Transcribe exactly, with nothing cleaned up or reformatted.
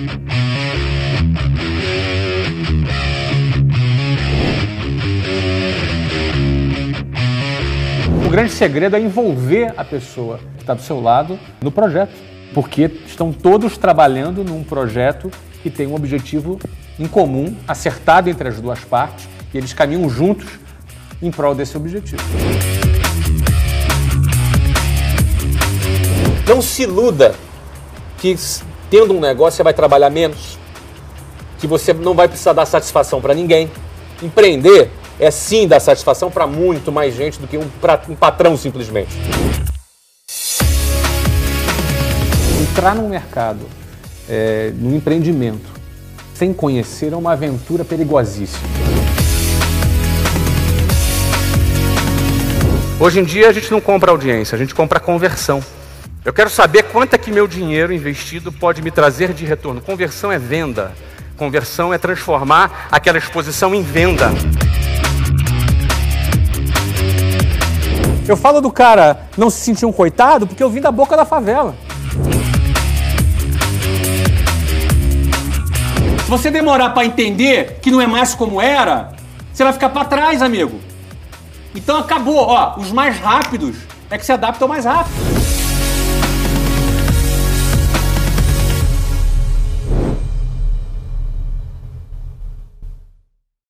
O grande segredo é envolver a pessoa que está do seu lado no projeto, porque estão todos trabalhando num projeto que tem um objetivo em comum, acertado entre as duas partes, e eles caminham juntos em prol desse objetivo. Não se iluda que tendo um negócio você vai trabalhar menos, que você não vai precisar dar satisfação para ninguém. Empreender é sim dar satisfação para muito mais gente do que um, pra, um patrão simplesmente. Entrar num mercado, é, num empreendimento, sem conhecer é uma aventura perigosíssima. Hoje em dia a gente não compra audiência, a gente compra conversão. Eu quero saber quanto é que meu dinheiro investido pode me trazer de retorno. Conversão é venda. Conversão é transformar aquela exposição em venda. Eu falo do cara não se sentir um coitado porque eu vim da boca da favela. Se você demorar para entender que não é mais como era, você vai ficar para trás, amigo. Então acabou, ó, os mais rápidos é que se adaptam mais rápido.